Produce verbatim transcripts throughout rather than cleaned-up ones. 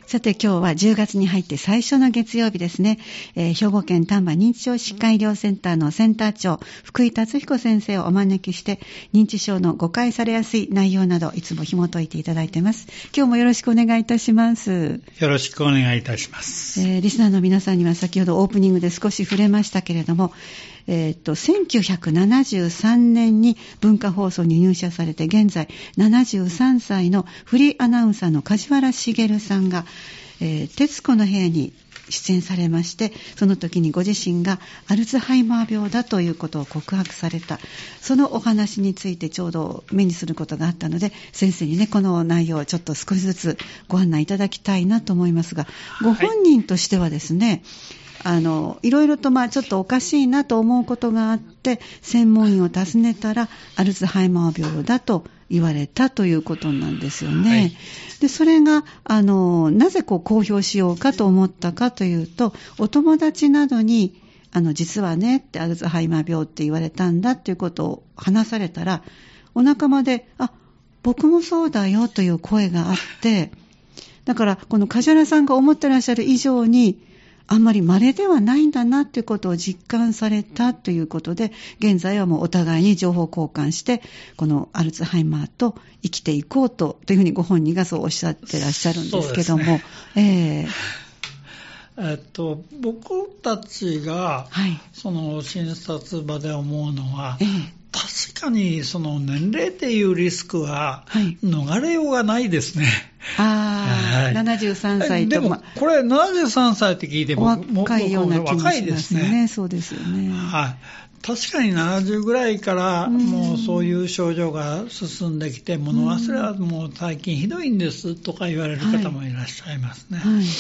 さて今日はじゅうがつに入って最初の月曜日ですね、えー、兵庫県丹波認知症疾患医療センターのセンター長福井達彦先生をお招きして認知症の誤解されやすい内容などいつも紐解いていただいています。今日もよろしくお願いいたします。 よろしくお願いいたします。 えー、リスナーの皆さんには先ほどオープニングで少し触れましたけれども、えー、とせんきゅうひゃくななじゅうさんねんに文化放送に入社されて現在ななじゅうさんさいのフリーアナウンサーの梶原茂さんが、えー、徹子の部屋に出演されまして、その時にご自身がアルツハイマー病だということを告白された、そのお話についてちょうど目にすることがあったので、先生にねこの内容をちょっと少しずつご案内いただきたいなと思いますが、ご本人としてはですね、はい、あのいろいろとまあちょっとおかしいなと思うことがあって専門医を訪ねたらアルツハイマー病だと言われたということなんですよね、はい、でそれがあのなぜこう公表しようかと思ったかというと、お友達などにあの実はねってアルツハイマー病って言われたんだということを話されたら、お仲間であ僕もそうだよという声があって、だからこの梶原さんが思ってらっしゃる以上にあんまり稀ではないんだなということを実感されたということで、現在はもうお互いに情報交換してこのアルツハイマーと生きていこうとというふうにご本人がそうおっしゃってらっしゃるんですけども、ねえーえっと、僕たちが、はい、その診察場で思うのは、えー確かにその年齢っていうリスクは逃れようがないですね。 はい、あ、はい、ななじゅうさんさいとでもこれななじゅうさんさいって聞いても若いような気もしますね。 若いですね。 そうですよね。 はい。確かにななじゅうぐらいからもうそういう症状が進んできて、物忘れはもう最近ひどいんですとか言われる方もいらっしゃいますね。はいはい、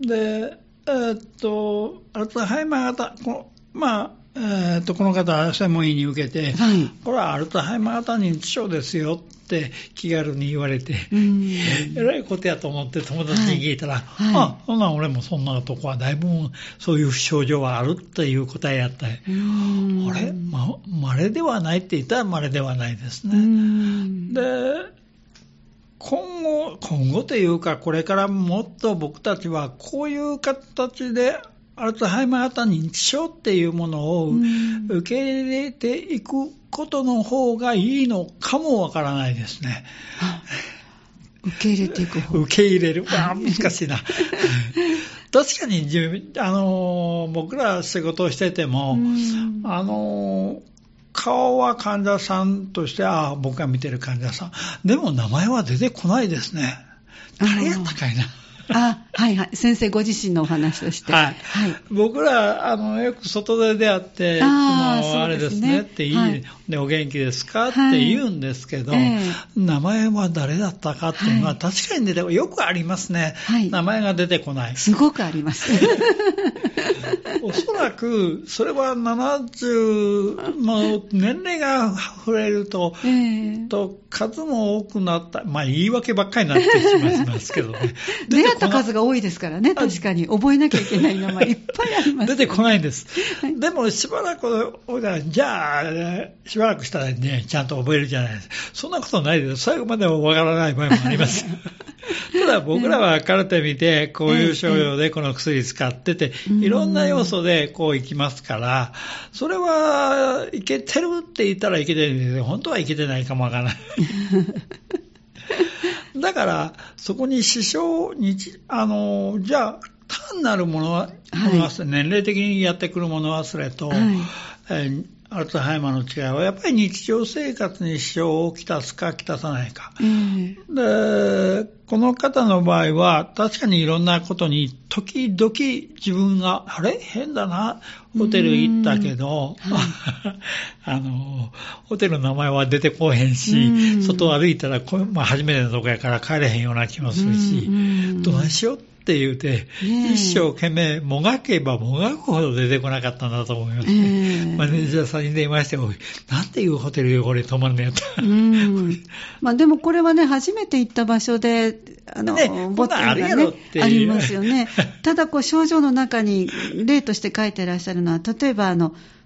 で、えー、っとアルツハイマー型、こまあえー、とこの方は専門医に受けて、はい、これはアルツハイマー型認知症ですよって気軽に言われて、えらいことやと思って友達に聞いたら、はいはい、あ、そんな俺もそんなとこはだいぶそういう症状はあるっていう答えやった。あれ、ま、稀ではないって言ったら稀ではないですね。で、今後、今後というかこれからもっと僕たちはこういう形でアルツハイマー型認知症っていうものを受け入れていくことの方がいいのかもわからないですね。 受け入れていく方。 受け入れる。あ、難しいな。確かに、あの、僕ら仕事をしてても、あの、顔は患者さんとして、ああ、僕が見てる患者さん。でも名前は出てこないですね。誰やったかいな。 あ、はいはい。先生ご自身のお話として。はい。はい、 僕ら、あの、よく外で出会って、あ, そのあれですねって言い、はい、で、お元気ですかって言うんですけど、はいえー、名前は誰だったかっていうのは確かに出て、よくありますね。はい、名前が出てこない。 すごくあります。 おそらく、それはななじゅうの年齢が触れると、えー、と数も多くなった、まあ言い訳ばっかりになってしまいますけどね。 出会った数が多いですからね、確かに。覚えなきゃいけない名前いっぱいあります、ね。 出てこないんです。はい、でもしばらく、じゃあ、しばらくしたらね、ちゃんと覚えるじゃないですか。そんなことないです。最後まではわからない場合もあります。ただ僕らはカルテ見て、こういう症状でこの薬使ってて、いろんな要素でこういきますから、それはいけてるって言ったらいけてるんですけど、本当はいけてないかもわからない。だから、そこに支障に、あの、じゃあ、単なるものは、はい、年齢的にやってくるもの忘れと、はいえーアルツハイマーの違いはやっぱり日常生活に支障をきたすかきたさないか、うん、でこの方の場合は確かにいろんなことに時々自分があれ変だなホテル行ったけど、うんはい、あのホテルの名前は出てこへんし、うん、外を歩いたらこ、まあ、初めてのとこやから帰れへんような気もするし、うん、どうしようって言うて、一生懸命もがけばもがくほど出てこなかったんだと思いますね。マネージャーさんに電話して、おい、なんていうホテルでこれ泊まるのやった。 うんまあ、でもこれはね、初めて行った場所で、あの、 ね、 ボタンがね、ありますよね。ただ、こう、症状の中に例として書いてらっしゃるのは、例えば、あの、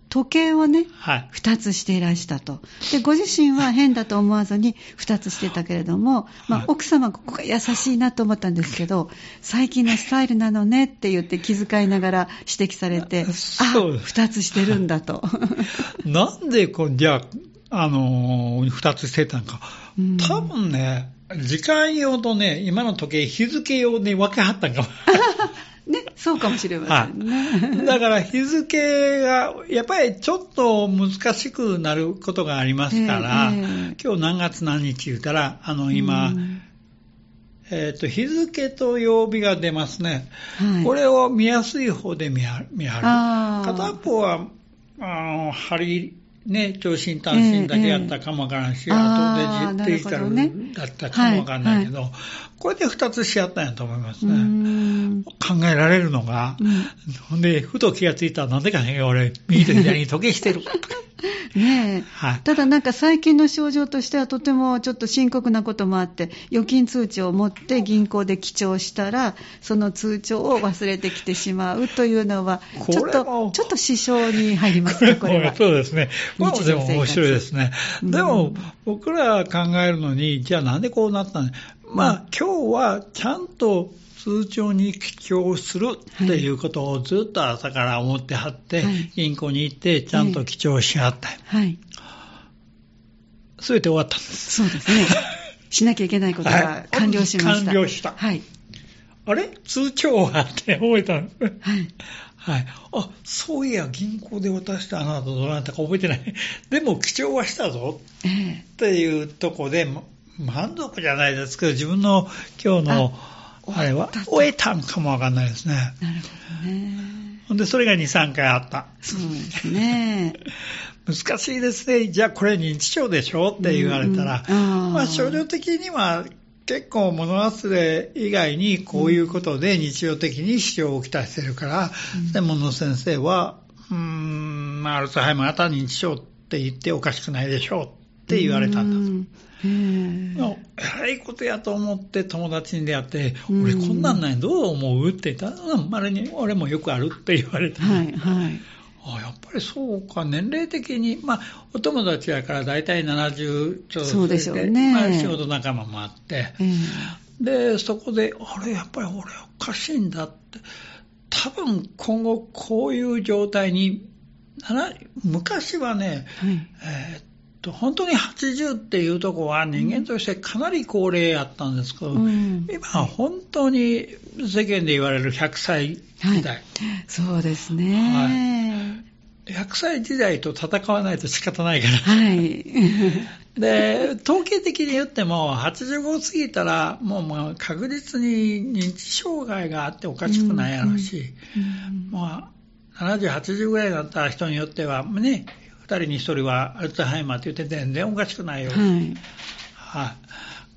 時計をね、 はい、 ふたつしていらしたと。で、ご自身は変だと思わずにふたつしてたけれども、まあ、奥様ここが優しいなと思ったんですけど、最近のスタイルなのねって言って気遣いながら指摘されて、あ、ふたつしてるんだと。 なんでこう、じゃあ、あのー、ふたつしてたのか。多分ね、時間用とね、今の時計、日付用で分けはったんかも。 ね、そうかもしれませんね。 はい、だから日付が、やっぱりちょっと難しくなることがありますから、えーえー、今日何月何日言うたら、あの今、えー、と日付と曜日が出ますね。はい、これを見やすい方で見はる。片方は、あの針、ね、長針短針だけやったかもわからんし、えーえー、あとでデジタルだったかもわからないけど、はいはい、これでふたつし合ったんやと思いますね。考えられるのが、うん、ほんで、ふと気がついたらなんでかね、俺、右と左に時計してる。 ねえ、はい、ただなんか最近の症状としてはとてもちょっと深刻なこともあって、預金通帳を持って銀行で記帳したらその通帳を忘れてきてしまうというのはちょっとちょっと支障に入りますね、これは。 そうですね。まあでも面白いですね。でも僕ら考えるのに、じゃあなんでこうなったの？まあ今日はちゃんと通帳に記帳するっていうことをずっと朝から思ってはって、はい、銀行に行ってちゃんと記帳しはった。はい。すべて終わったんです。 そうですね。しなきゃいけないことが完了しました。 完了した。はい。あれ？通帳はって覚えたんです。はい。はい。あ、そういや、銀行で渡したあなたどうなったか覚えてない。でも記帳はしたぞ。ええ。っていうとこで、満足じゃないですけど、自分の今日のあれは終えたんかもわかんないですね。なるほどね。ほんで、それがに、さんかいあった。 そうですね。 難しいですね。じゃあこれ認知症でしょって言われたら、うんうん、まあ症状的には結構物忘れ以外にこういうことで日常的に支障をきたしてるから、うん、専門の先生は、うーん、まあアルツハイマー型認知症って言っておかしくないでしょうって言われたんだと。うんえらいことやと思って友達に出会って、うん、俺こんなんないどう思うって言ったら、まれに俺もよくあるって言われて、はいはい、あやっぱりそうか、年齢的に、まあ、お友達やから大体ななじゅうちょうどそうでしょうね、 まあ、仕事仲間もあって、うん、でそこであれやっぱり俺おかしいんだって、多分今後こういう状態に昔はね、はいえー本当にはちじゅうっていうところは人間としてかなり高齢やったんですけど、うん、今は本当に世間で言われるひゃくさい時代、はい、 そうですね、 はい、ひゃくさい時代と戦わないと仕方ないから、 はい、 で統計的に言ってもはちじゅうご過ぎたらもうまあ確実に認知障害があっておかしくないやろうし、うんうんまあ、ななじゅう、はちじゅうぐらいだったら人によってはねふたりにひとりはアルツハイマーって言って全然おかしくないよ、はいはい、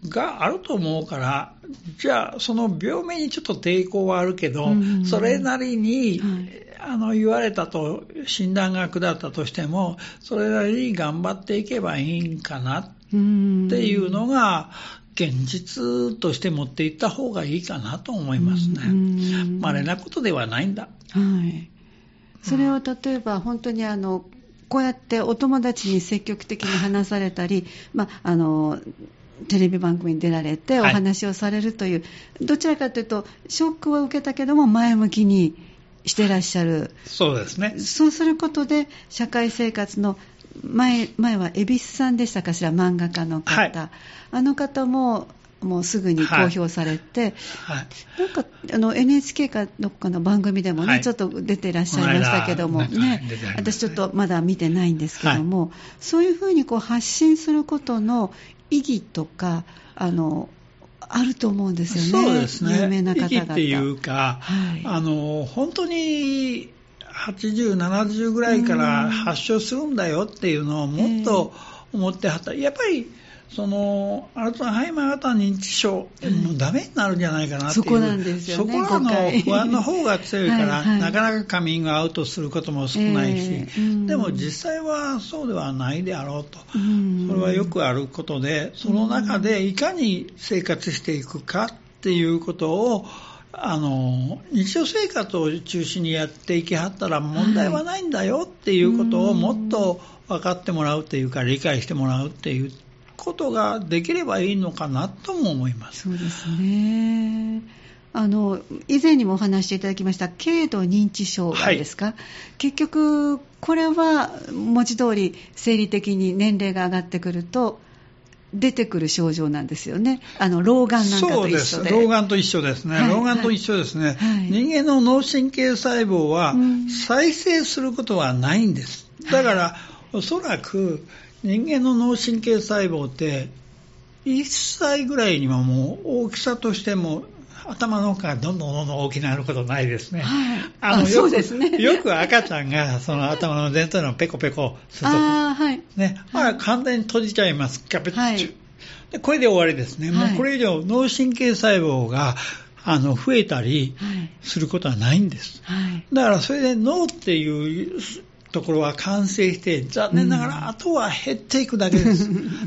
があると思うから、じゃあその病名にちょっと抵抗はあるけど、うん、それなりに、はい、あの言われたと診断が下ったとしてもそれなりに頑張っていけばいいんかなっていうのが現実として持っていった方がいいかなと思いますね。稀なことではないんだ、はい、 それを例えば本当にあのこうやってお友達に積極的に話されたり、まあ、あのテレビ番組に出られてお話をされるという、はい、どちらかというとショックは受けたけども前向きにしてらっしゃる。 そうですね。 そうすることで社会生活の 前, 前は蛭子さんでしたかしら、漫画家の方、はい、あの方ももうすぐに公表されて、はいはい、なんかあの エヌエイチケー かどっかの番組でもね、はい、ちょっと出てらっしゃいましたけどもね、私ちょっとまだ見てないんですけども、はい、そういうふうにこう発信することの意義とかあのあると思うんですよね。 そうですね。 有名な方々。 意義っていうか、はい、あの本当にはちじゅう、ななじゅうぐらいから発症するんだよっていうのをもっと思ってはった。やっぱりそのアルツハイマー型認知症、うん、もうダメになるんじゃないかなっていう、 そこなんですよね。 そこらの不安の方が強いからはい、はい、なかなかカミングアウトすることも少ないし、えーうん、でも実際はそうではないであろうと、うん、それはよくあることで、その中でいかに生活していくかっていうことをあの日常生活を中心にやっていきはったら問題はないんだよっていうことをもっと分かってもらうというか理解してもらうっていうことができればいいのかなとも思います。 そうですね。あの以前にもお話していただきました軽度認知障害ですか、はい、結局これは文字通り生理的に年齢が上がってくると出てくる症状なんですよね。あの老眼なんかと一緒で。 そうです。老眼と一緒ですね。はい、老眼と一緒ですね、はい、人間の脳神経細胞は再生することはないんです。だから、はい、おそらく人間の脳神経細胞っていっさいぐらいにはもう大きさとしても頭の奥がどんどんどんどん大きくなることないですね。はい、あのあそうですね。よく赤ちゃんがその頭の前頭のペコペコするとあ、はいね、あれ完全に閉じちゃいます。キャペッチュ、はい、でこれで終わりですね。はい、もうこれ以上脳神経細胞があの増えたりすることはないんです。はい、だからそれで脳っていうところは完成して残念ながらあとは減っていくだけです。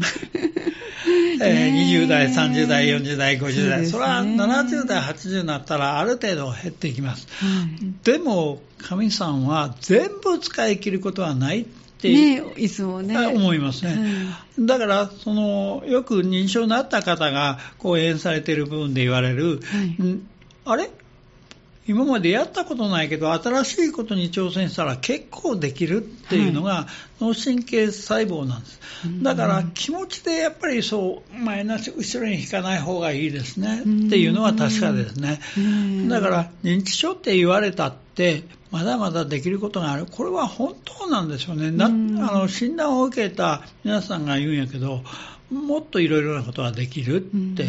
えー、にじゅう代、さんじゅう代、よんじゅう代、ごじゅう代、 そ, それはななじゅう代、はちじゅうになったらある程度減っていきます。はい、でも神さんは全部使い切ることはないって、ね、いつもね思いますね。はい、だからそのよく認知症になった方が講演されている部分で言われる、はい、んあれ今までやったことないけど新しいことに挑戦したら結構できるっていうのが脳神経細胞なんです。はい、だから気持ちでやっぱりそう前なし後ろに引かない方がいいですねっていうのは確かですね。だから認知症って言われたってまだまだできることがある。これは本当なんですよね。なあの診断を受けた皆さんが言うんやけどもっといろいろなことができるって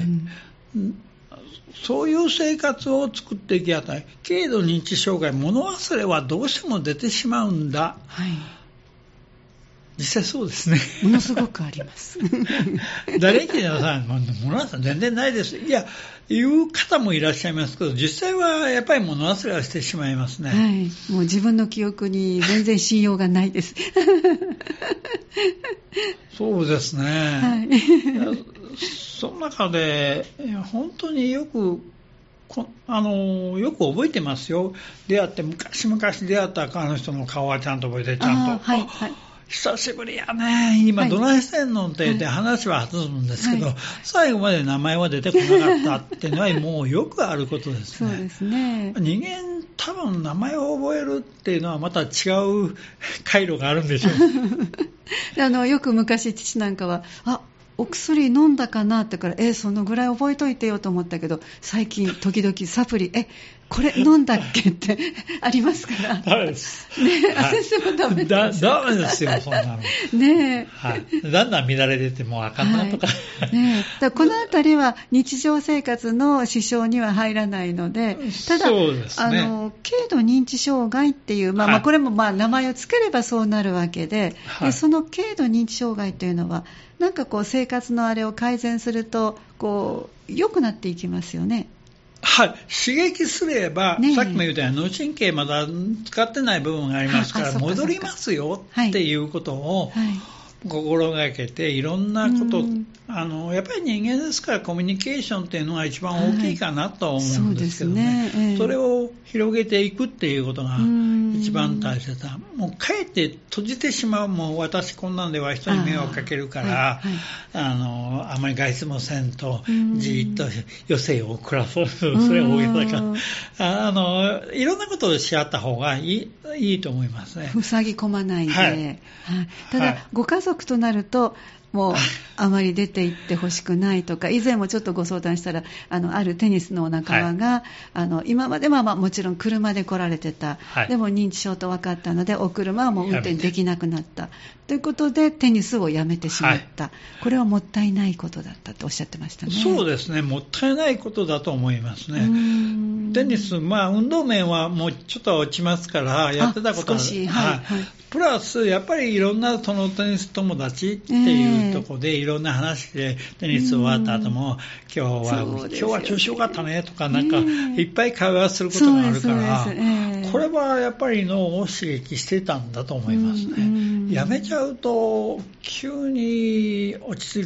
そういう生活を作っていきたい。軽度認知障害、物忘れはどうしても出てしまうんだ。はい、実際そうですね。 ものすごくあります。 誰に聞いてもさ、物忘れ全然ないです。いや、言う方もいらっしゃいますけど、実際はやっぱり物忘れはしてしまいますね。はい、 もう自分の記憶に全然信用がないです。 そうですね。はい、その中で本当によくこあのよく覚えてますよ。出会って昔々出会ったあの人の顔はちゃんと覚えてちゃんと、はいはい、久しぶりやね今どないしてんのって言って話は弾むんですけど、はい、最後まで名前は出てこなかったっていうのはもうよくあることですね。 そうですね。 人間多分名前を覚えるっていうのはまた違う回路があるんでしょう。 あのよく昔父なんかはあお薬飲んだかなってからえそのぐらい覚えといてよと思ったけど最近時々サプリえこれ飲んだっけってありますからダメです、 ねはい、先生もダメです。 だダメですよそんなのね、はい、だんだん乱れ出てもうあかんなとか、 はいね、だからこのあたりは日常生活の支障には入らないのでただそうです、ね、 あの軽度認知障害っていう、まあはいまあ、これもまあ名前をつければそうなるわけ で,、はい、でその軽度認知障害というのはなんかこう生活のあれを改善するとこう良くなっていきますよね。 はい、刺激すれば、ね、さっきも言ったように脳神経まだ使ってない部分がありますから戻りますよっていうことを、はいはい心がけていろんなこと、うん、あのやっぱり人間ですからコミュニケーションっていうのが一番大きいかなと思うんですけどね、はい そうですね、えー、それを広げていくっていうことが一番大切だ。もうかえって閉じてしまうもう私こんなんでは人に迷惑かけるから あ,、はいはい、あのあまり外出もせんとじっと余生を暮らそうそれは大げさかあのいろんなことをし合った方がいい、いいと思いますね。 塞ぎ込まないで、はいはい、ただ、はい、ご家族となるともうあまり出て行ってほしくないとか以前もちょっとご相談したら あのあるテニスのお仲間が、はい、あの今まではまあもちろん車で来られてた、はい、でも認知症と分かったのでお車はもう運転できなくなったということでテニスをやめてしまった、はい、これはもったいないことだったとおっしゃってましたね。 そうですねもったいないことだと思いますね。テニス、まあ、運動面はもうちょっと落ちますからやってたことは少し、はいはい、プラスやっぱりいろんなそのテニス友達っていうところで、えー、いろんな話でテニス終わった後も今日は、今日は調子よかったねとかなんかいっぱい会話することがあるから、えー、これはやっぱり脳を刺激してたんだと思いますね。やめちゃうと急に落ちる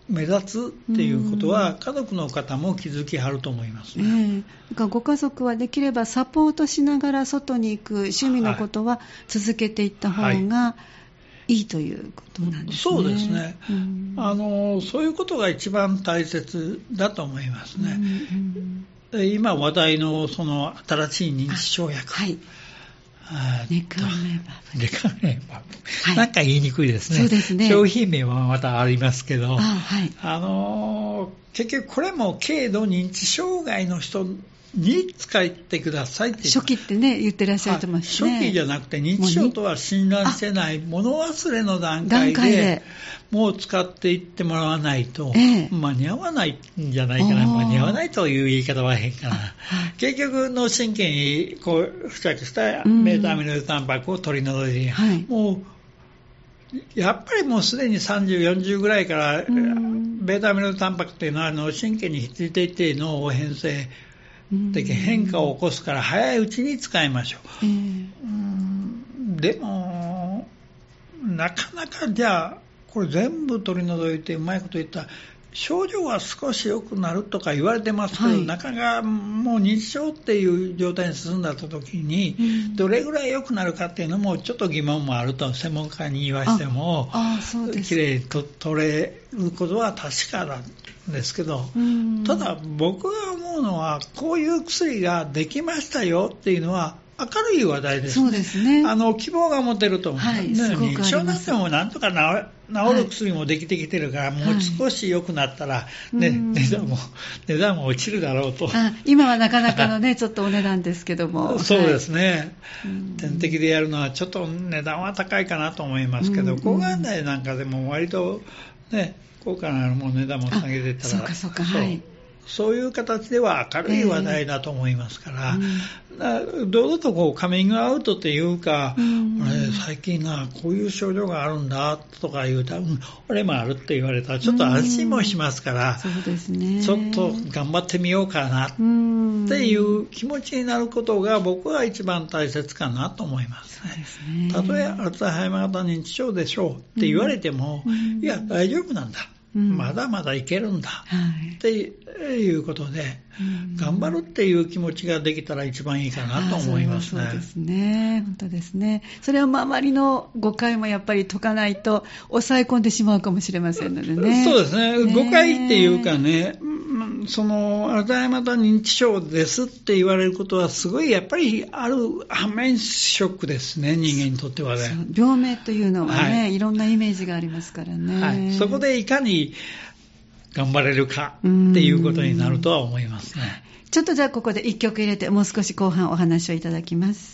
目立つっていうことは家族の方も気づきはると思いますね。 えー、ご家族はできればサポートしながら外に行く趣味のことは続けていった方がいいということなんですね。 そうですね、うん、あのそういうことが一番大切だと思いますね。うんうん、今話題のその新しい認知症薬、はい、 レカネバブレカネバブ、はい、なんか言いにくいですね。 そうですね。 商品名はまたありますけど、あ、 はい、 あの結局これも軽度認知障害の人に使ってくださいって初期ってね言ってらっしゃってますね。 初期じゃなくて認知症とは診断してない物忘れの段階 で, 段階でもう使っていってもらわないと、えー、間に合わないんじゃないかな。間に合わないという言い方は変かな。結局脳神経にこう付着したベータアミロイドタンパクを取り除いて、はい、もうやっぱりもうすでにさんじゅう、よんじゅうぐらいからベータアミロイドタンパクというのは脳神経にひっついていって脳を変性的変化を起こすから早いうちに使いましょう。うん、でもなかなかじゃあこれ全部取り除いてうまいこと言ったら症状は少し良くなるとか言われてますけど、はい、なかなかもう認知症っていう状態に進んだ時に、うん、どれぐらい良くなるかっていうのもちょっと疑問もあると専門家に言わしてもきれいに取れることは確かなんですけど、うん、ただ僕が思うのはこういう薬ができましたよっていうのは明るい話題ですね。そうですね。あの希望が持てると思う、はい、認知症になってもなんとか治治る薬もできてきてるから、はい、もう少し良くなったら、ね、値段も値段も落ちるだろうと。 あ、今はなかなかのねちょっとお値段ですけどもそうですね、はい、点滴でやるのはちょっと値段は高いかなと思いますけど、抗がん剤なんかでも割とね効果のあるもの値段も下げてたら、 そうかそうか、はい、 そういう形では明るい話題だと思いますから、えーうん、堂々とこうカミングアウトというか、うん、俺最近なこういう症状があるんだとか言うたら、うん、俺もあるって言われたらちょっと安心もしますから、うん、 そうですね、 ちょっと頑張ってみようかなっていう気持ちになることが僕は一番大切かなと思いますね。たとえアルツハイマー型認知症でしょうって言われても、うん、いや大丈夫なんだ、うん、まだまだいけるんだ、はい、っていうことで、うん、頑張るっていう気持ちができたら一番いいかなと思いますね。 そうですね、本当ですね。それは周りの誤解もやっぱり解かないと抑え込んでしまうかもしれませんのでね。 そうですね、誤解っていうかね、そのアルツハイマー型認知症ですって言われることはすごいやっぱりある反面ショックですね、人間にとってはね。 病名というのはね、はい、いろんなイメージがありますからね、 はい、そこでいかに頑張れるかっていうことになるとは思いますね。 ちょっとじゃあここでいっきょく入れてもう少し後半お話をいただきます。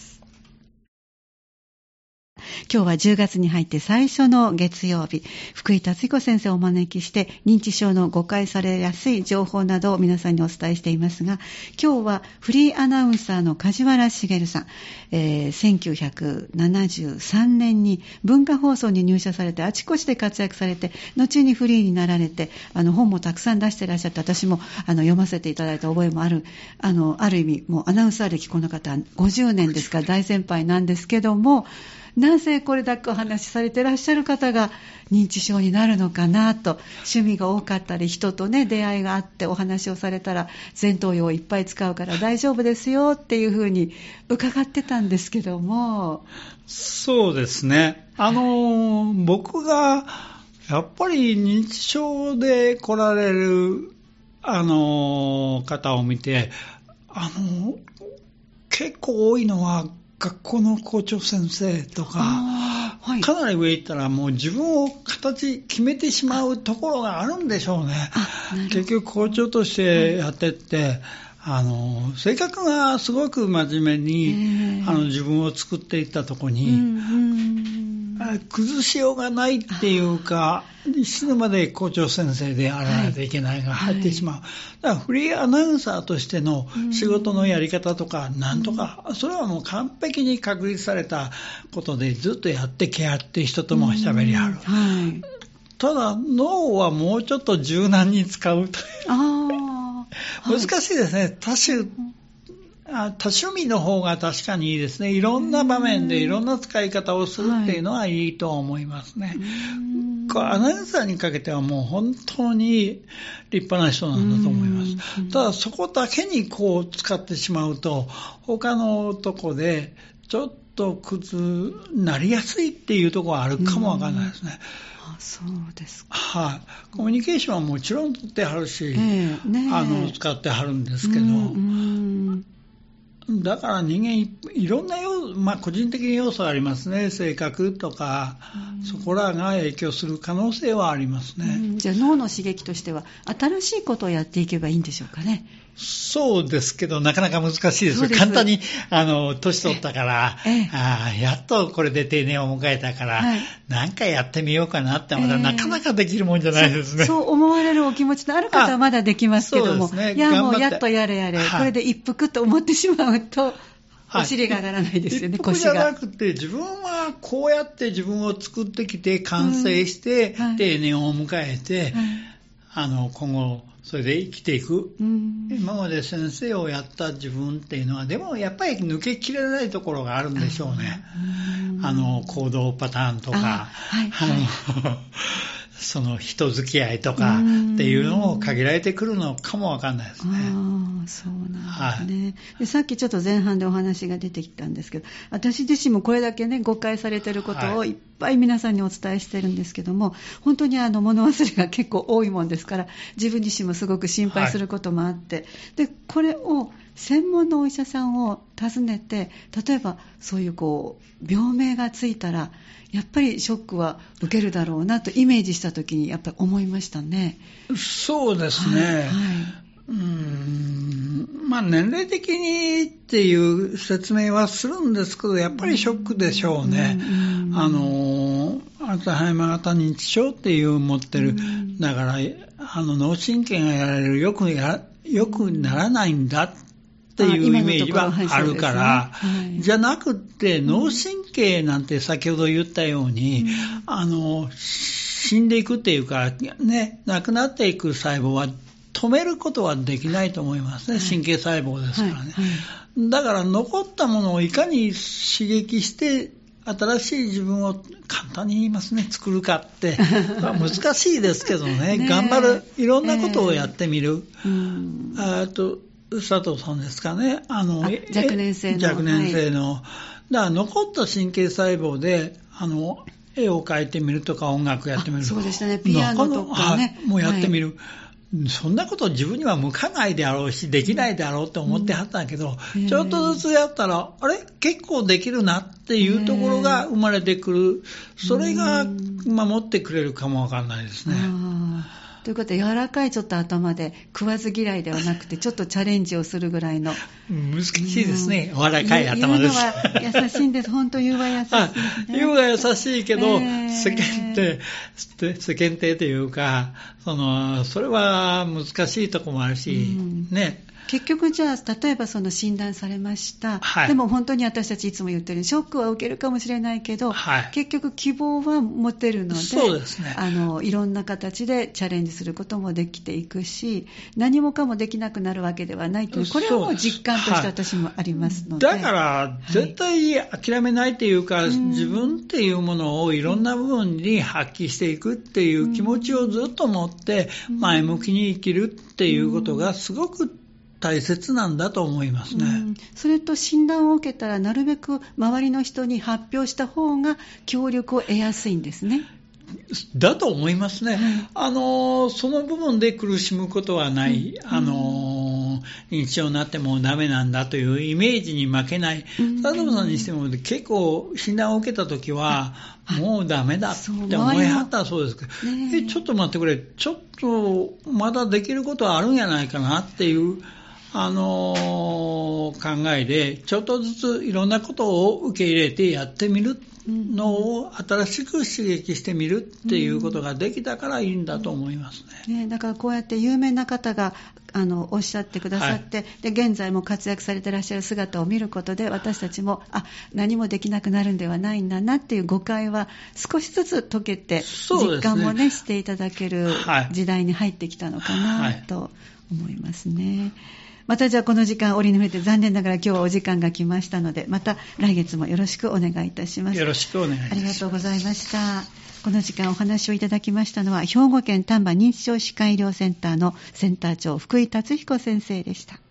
今日はじゅうがつに入って最初の月曜日、福井達彦先生をお招きして認知症の誤解されやすい情報などを皆さんにお伝えしていますが、今日はフリーアナウンサーの梶原茂さん、えー、せんきゅうひゃくななじゅうさんねんに文化放送に入社されてあちこちで活躍されて、後にフリーになられて、あの本もたくさん出していらっしゃって、私もあの読ませていただいた覚えもある、あのある意味もうアナウンサー歴この方ごじゅうねんですから大先輩なんですけども、なぜこれだけお話しされていらっしゃる方が認知症になるのかなと、趣味が多かったり人とね出会いがあってお話をされたら前頭葉をいっぱい使うから大丈夫ですよっていうふうに伺ってたんですけども。 そうですね、あの僕がやっぱり認知症で来られるあの方を見て、あの結構多いのは学校の校長先生とか、はい、かなり上行ったらもう自分を形決めてしまうところがあるんでしょうね。結局校長としてやってって、あの性格がすごく真面目にあの自分を作っていったところに、うんうん、崩しようがないっていうか、死ぬまで校長先生であらないといけないが入ってしまう、はい、だからフリーアナウンサーとしての仕事のやり方とかなんとか、うん、それはもう完璧に確立されたことでずっとやってけやって人とも喋りはる、うんはい、ただ脳はもうちょっと柔軟に使うというあ難しいですね。多種多趣味の方が確かにいいですね。いろんな場面でいろんな使い方をするっていうのはいいと思いますね。 こうアナウンサーにかけてはもう本当に立派な人なんだと思います。ただそこだけにこう使ってしまうと、他のとこでちょっとクズなりやすいっていうところはあるかもわかんないですね。 あ、そうですか。 はい、コミュニケーションはもちろん取ってはるし、 えーね、 あの使ってはるんですけど、うんうん、だから人間 い, いろんな要素、まあ、個人的に要素がありますね。性格とか、うん、そこらが影響する可能性はありますね。 うん、じゃあ脳の刺激としては新しいことをやっていけばいいんでしょうかね。 そうですけど、なかなか難しいですよ。簡単に、あの、年取ったから、あやっとこれで定年を迎えたから、はい、なんかやってみようかなって思ったら、えー、なかなかできるもんじゃないですね。 そ, そう思われるお気持ちのある方はまだできますけども、ね、いや、もうやっとやれやれ、はい、これで一服と思ってしまうと、お尻が上がらないですよね、 はい、腰が。じゃなくて、自分はこうやって自分を作ってきて、完成して、うんはい、定年を迎えて、はい、あの、今後、それで生きていく、うん、今まで先生をやった自分っていうのは、でもやっぱり抜けきれないところがあるんでしょうね。あの行動パターンとか、あ、はいはい、あのその人付き合いとかっていうのを限られてくるのかもわかんないですね。 あ、そうなんですね、はい、でさっきちょっと前半でお話が出てきたんですけど、私自身もこれだけね誤解されていることをいっぱい皆さんにお伝えしてるんですけども、はい、本当にあの物忘れが結構多いもんですから、自分自身もすごく心配することもあって、はい、でこれを専門のお医者さんを訪ねて、例えばそういうこう病名がついたらやっぱりショックは受けるだろうなとイメージしたときにやっぱり思いましたね。 そうですね、はいはい、うーんまあ、年齢的にっていう説明はするんですけど、やっぱりショックでしょうね。うんうん、あのアルツハイマー型認知症っていう持ってる、うん、だからあの脳神経がやられるよくやよくならないんだっていうイメージはあるから、はい、じゃなくって脳神経なんて先ほど言ったように、うん、あの死んでいくっていうかね、亡くなっていく細胞は止めることはできないと思いますね、はい、神経細胞ですからね、はいはい、だから残ったものをいかに刺激して新しい自分を簡単に言いますね作るかって難しいですけど ね, ね頑張る、いろんなことをやってみる、えー、あと佐藤さんですかね、あのあ若年性の若年性の、はい、だから残った神経細胞であの絵を描いてみるとか音楽やってみるとか、 そうでしたね、ピアノとかね、 もうやってみる、はい、そんなこと自分には向かないであろうしできないであろうと思ってはったんだけど、うん、ちょっとずつやったらあれ結構できるなっていうところが生まれてくる、それが守ってくれるかもわかんないですね。 ということで柔らかいちょっと頭で食わず嫌いではなくてちょっとチャレンジをするぐらいの難しいですね、柔らかい頭です。 言うのは優しいんです本当言うは優しいです、ね、 言うは優しいけど、えー、世間って世間体というかそのそれは難しいところもあるし、うん、ね。 結局じゃあ例えばその診断されました、はい、でも本当に私たちいつも言ってるようにショックは受けるかもしれないけど、はい、結局希望は持てるの で, そうですね、 あのいろんな形でチャレンジすることもできていくし、何もかもできなくなるわけではないという、これはもう実感として私もありますので、 はい、だから絶対諦めないというか、はい、自分っていうものをいろんな部分に発揮していくっていう気持ちをずっと持って前向きに生きるっていうことがすごく大切なんだと思いますね、うん、 それと診断を受けたらなるべく周りの人に発表した方が協力を得やすいんですね。 だと思いますね、うん、あのその部分で苦しむことはない、うん、あの認知症になってもダメなんだというイメージに負けない、佐藤さんにしても結構診断を受けたときはもうダメだって思いはったらそうですけど、えちょっと待ってくれ、ちょっとまだできることはあるんじゃないかなっていうあのー、考えでちょっとずついろんなことを受け入れてやってみるのを新しく刺激してみるっていうことができたからいいんだと思いますね、 ね、だからこうやって有名な方があのおっしゃってくださって、はい、で現在も活躍されていらっしゃる姿を見ることで私たちもあ何もできなくなるんではないんだなっていう誤解は少しずつ解けて、実感もねしていただける時代に入ってきたのかなと思いますね、はい。 またじゃあこの時間折に触れて残念ながら今日はお時間が来ましたので、また来月もよろしくお願いいたします。 よろしくお願いします。 ありがとうございました。この時間お話をいただきましたのは兵庫県丹波認知症歯科医療センターのセンター長福井達彦先生でした。